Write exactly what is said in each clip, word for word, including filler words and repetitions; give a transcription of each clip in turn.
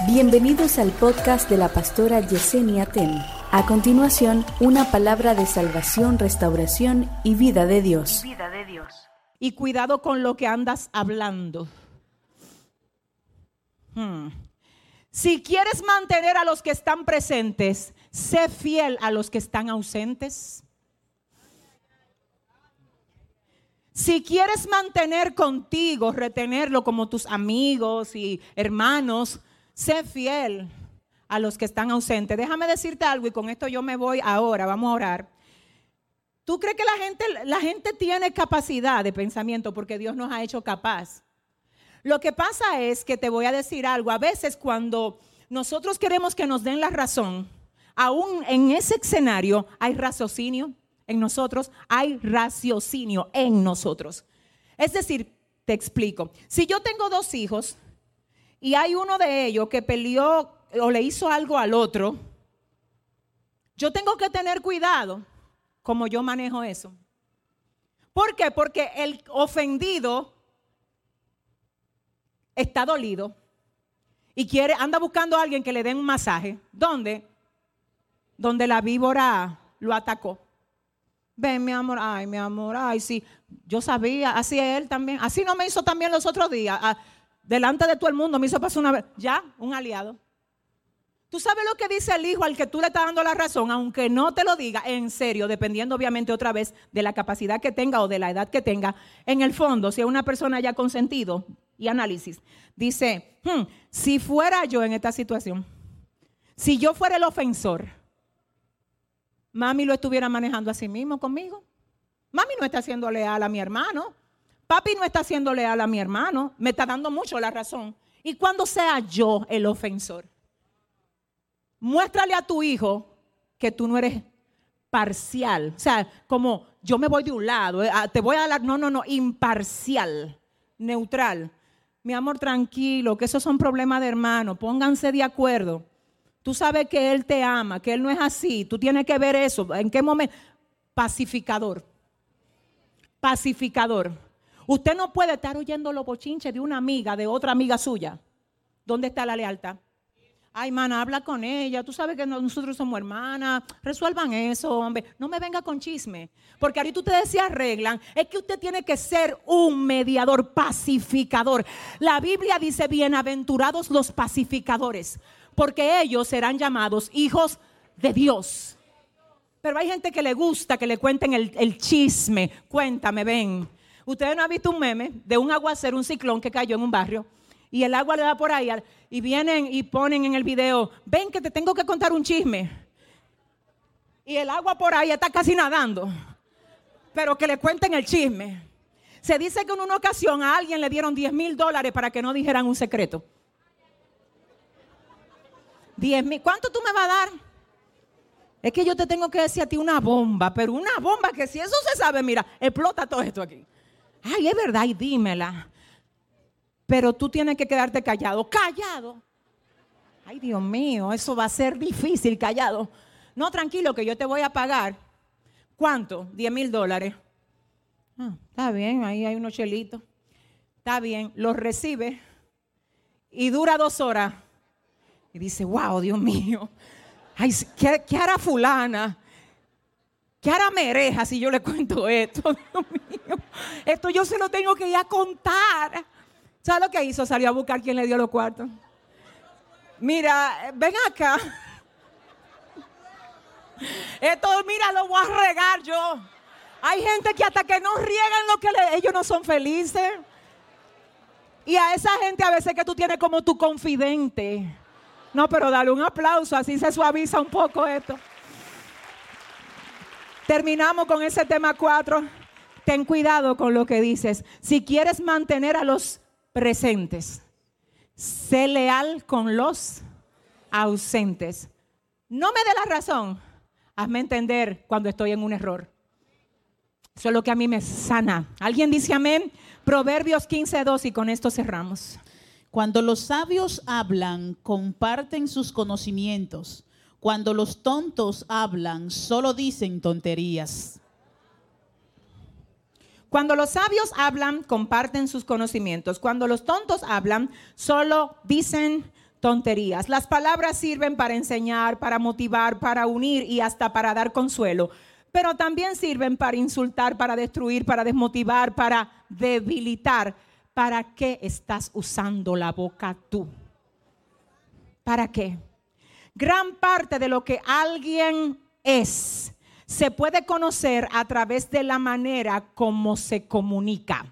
Bienvenidos al podcast de la pastora Yesenia Ten. A continuación, una palabra de salvación, restauración y vida de Dios. Y vida de Dios. Y cuidado con lo que andas hablando. Hmm. Si quieres mantener a los que están presentes, sé fiel a los que están ausentes. Si quieres mantener contigo, retenerlo como tus amigos y hermanos, sé fiel a los que están ausentes. Déjame decirte algo y con esto yo me voy ahora, vamos a orar. ¿Tú crees que la gente, la gente tiene capacidad de pensamiento porque Dios nos ha hecho capaz? Lo que pasa es que te voy a decir algo. A veces cuando nosotros queremos que nos den la razón, aún en ese escenario hay raciocinio en nosotros, hay raciocinio en nosotros. Es decir, te explico. Si yo tengo dos hijos y hay uno de ellos que peleó o le hizo algo al otro, yo tengo que tener cuidado como yo manejo eso. ¿Por qué? Porque el ofendido está dolido y quiere, anda buscando a alguien que le dé un masaje. ¿Dónde? Donde la víbora lo atacó. Ven, mi amor, ay, mi amor, ay, sí. Yo sabía, así es él también. Así no me hizo también los otros días. Ah, delante de todo el mundo me hizo pasar una vez. Ya, un aliado. ¿Tú sabes lo que dice el hijo al que tú le estás dando la razón? Aunque no te lo diga, en serio, dependiendo obviamente otra vez de la capacidad que tenga o de la edad que tenga. En el fondo, si es una persona ya con sentido y análisis, dice, hmm, si fuera yo en esta situación, si yo fuera el ofensor, mami lo estuviera manejando a sí mismo conmigo. Mami no está siendo leal a mi hermano. Papi no está siendo leal a mi hermano. Me está dando mucho la razón. Y cuando sea yo el ofensor, muéstrale a tu hijo que tú no eres parcial. O sea, como yo me voy de un lado, te voy a dar, no, no, no, imparcial, neutral. Mi amor, tranquilo, que esos son problemas de hermano. Pónganse de acuerdo. Tú sabes que él te ama, que él no es así. Tú tienes que ver eso. ¿En qué momento? Pacificador. Pacificador. Usted no puede estar oyendo los bochinches de una amiga, de otra amiga suya. ¿Dónde está la lealtad? Ay, mana, habla con ella. Tú sabes que nosotros somos hermanas. Resuelvan eso, hombre. No me venga con chisme. Porque ahorita ustedes se arreglan. Es que usted tiene que ser un mediador pacificador. La Biblia dice, bienaventurados los pacificadores, porque ellos serán llamados hijos de Dios. Pero hay gente que le gusta que le cuenten el, el chisme. Cuéntame, ven. Ustedes no han visto un meme de un aguacero, un ciclón que cayó en un barrio y el agua le da por ahí y vienen y ponen en el video, ven que te tengo que contar un chisme. Y el agua por ahí está casi nadando, pero que le cuenten el chisme. Se dice que en una ocasión a alguien le dieron diez mil dólares para que no dijeran un secreto. diez mil, ¿cuánto tú me vas a dar? Es que yo te tengo que decir a ti una bomba, pero una bomba que si eso se sabe, mira, explota todo esto aquí. Ay, es verdad, y dímela. Pero tú tienes que quedarte callado. Callado. Ay, Dios mío, eso va a ser difícil, callado. No, tranquilo, que yo te voy a pagar. ¿Cuánto? diez mil dólares. Ah, está bien, ahí hay unos chelitos. Está bien, los recibe y dura dos horas. Y dice, wow, Dios mío. Ay, ¿qué, qué hará fulana? ¿Qué hará Mereja si yo le cuento esto? Dios mío, esto yo se lo tengo que ir a contar. ¿Sabes lo que hizo? Salió a buscar quién le dio los cuartos. Mira, ven acá. Esto, mira, lo voy a regar yo. Hay gente que hasta que no riegan lo que le, ellos no son felices. Y a esa gente a veces que tú tienes como tu confidente. No, pero dale un aplauso, así se suaviza un poco esto. Terminamos con ese tema cuatro. Ten cuidado con lo que dices. Si quieres mantener a los presentes, sé leal con los ausentes. No me dé la razón. Hazme entender cuando estoy en un error. Eso es lo que a mí me sana. ¿Alguien dice amén? Proverbios quince dos y con esto cerramos. Cuando los sabios hablan, comparten sus conocimientos. Cuando los tontos hablan, solo dicen tonterías. Cuando los sabios hablan, comparten sus conocimientos. Cuando los tontos hablan, solo dicen tonterías. tonterías. Las palabras sirven para enseñar, para motivar, para unir y hasta para dar consuelo. Pero también sirven para insultar, para destruir, para desmotivar, para debilitar. ¿Para qué estás usando la boca tú? ¿Para qué? Gran parte de lo que alguien es se puede conocer a través de la manera como se comunica.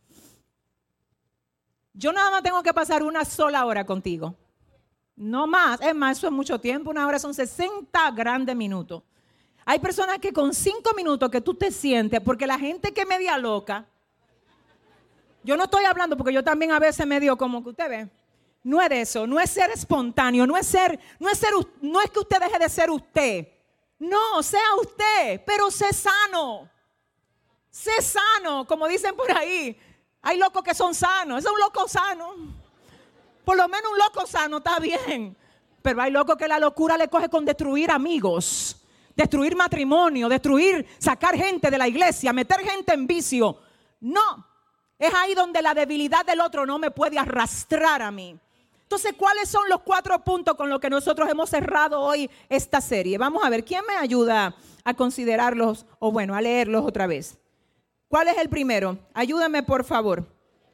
Yo nada más tengo que pasar una sola hora contigo. No más. Es más, eso es mucho tiempo. Una hora son sesenta grandes minutos. Hay personas que con cinco minutos que tú te sientes, porque la gente que media loca, yo no estoy hablando porque yo también a veces medio como que usted ve. No es de eso, no es ser espontáneo, no es ser, no es ser, no es que usted deje de ser usted. No, sea usted, pero sé sano. Sé sano, como dicen por ahí. Hay locos que son sanos. Ese es un loco sano. Por lo menos un loco sano está bien. Pero hay locos que la locura le coge con destruir amigos, destruir matrimonio, destruir, sacar gente de la iglesia, meter gente en vicio. No, es ahí donde la debilidad del otro no me puede arrastrar a mí. Entonces, ¿cuáles son los cuatro puntos con los que nosotros hemos cerrado hoy esta serie? Vamos a ver, ¿quién me ayuda a considerarlos o bueno, a leerlos otra vez? ¿Cuál es el primero? Ayúdame, por favor.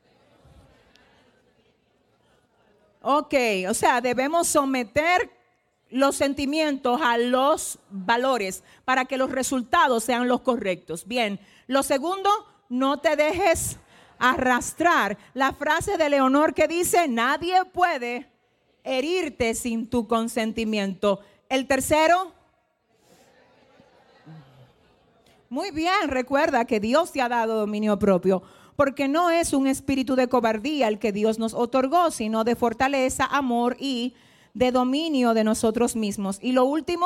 Ok, o sea, debemos someter los sentimientos a los valores para que los resultados sean los correctos. Bien, lo segundo, no te dejes arrastrar. La frase de Leonor que dice, nadie puede herirte sin tu consentimiento. El tercero, muy bien, recuerda que Dios te ha dado dominio propio, porque no es un espíritu de cobardía el que Dios nos otorgó, sino de fortaleza, amor y de dominio de nosotros mismos. Y lo último,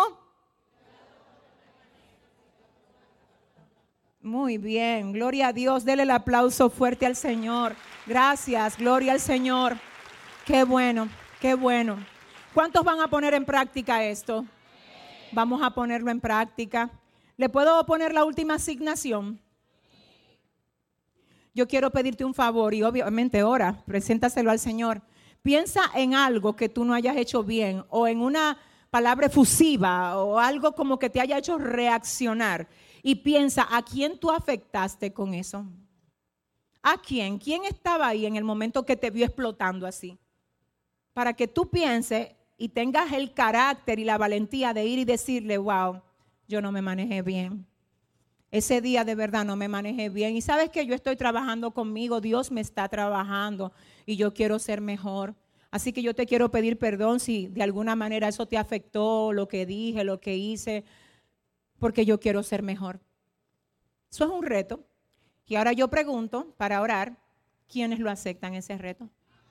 muy bien, gloria a Dios, dele el aplauso fuerte al Señor. Gracias, gloria al Señor. Qué bueno, qué bueno. ¿Cuántos van a poner en práctica esto? Vamos a ponerlo en práctica. ¿Le puedo poner la última asignación? Yo quiero pedirte un favor y obviamente ora, preséntaselo al Señor. Piensa en algo que tú no hayas hecho bien o en una palabra efusiva o algo como que te haya hecho reaccionar. Y piensa, ¿a quién tú afectaste con eso? ¿A quién? ¿Quién estaba ahí en el momento que te vio explotando así? Para que tú pienses y tengas el carácter y la valentía de ir y decirle, wow, yo no me manejé bien. Ese día de verdad no me manejé bien. Y sabes que yo estoy trabajando conmigo, Dios me está trabajando y yo quiero ser mejor. Así que yo te quiero pedir perdón si de alguna manera eso te afectó, lo que dije, lo que hice, porque yo quiero ser mejor. Eso es un reto. Y ahora yo pregunto, para orar, ¿quiénes lo aceptan ese reto?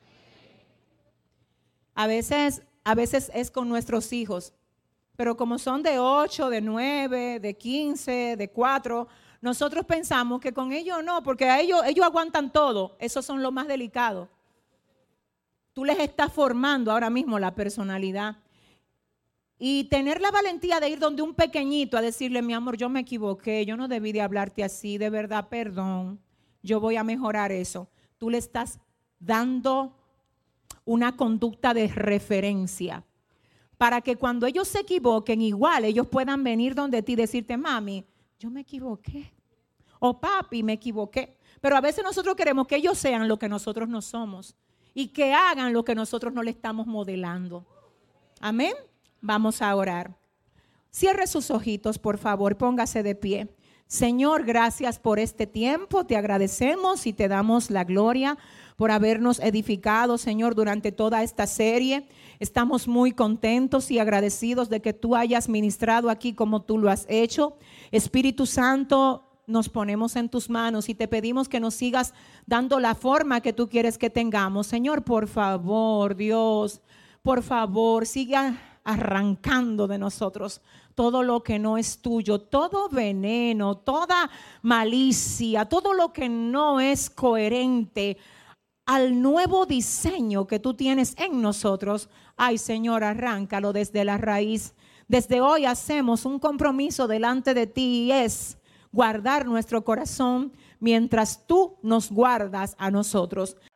A veces, a veces es con nuestros hijos. Pero como son de ocho, de nueve, de quince, de cuatro, nosotros pensamos que con ellos no, porque a ellos, ellos aguantan todo. Esos son los más delicados. Tú les estás formando ahora mismo la personalidad. Y tener la valentía de ir donde un pequeñito a decirle, mi amor, yo me equivoqué, yo no debí de hablarte así, de verdad, perdón, yo voy a mejorar eso. Tú le estás dando una conducta de referencia. Para que cuando ellos se equivoquen, igual ellos puedan venir donde ti y decirte, mami, yo me equivoqué. O papi, me equivoqué. Pero a veces nosotros queremos que ellos sean lo que nosotros no somos. Y que hagan lo que nosotros no le estamos modelando. Amén. Vamos a orar. Cierre sus ojitos, por favor, póngase de pie. Señor, gracias por este tiempo. Te agradecemos y te damos la gloria por habernos edificado, Señor, durante toda esta serie. Estamos muy contentos y agradecidos de que tú hayas ministrado aquí como tú lo has hecho. Espíritu Santo, nos ponemos en tus manos y te pedimos que nos sigas dando la forma que tú quieres que tengamos. Señor, por favor, Dios, por favor, siga arrancando de nosotros todo lo que no es tuyo, todo veneno, toda malicia, todo lo que no es coherente al nuevo diseño que tú tienes en nosotros. Ay, Señor, arráncalo desde la raíz. Desde hoy hacemos un compromiso delante de ti y es guardar nuestro corazón mientras tú nos guardas a nosotros.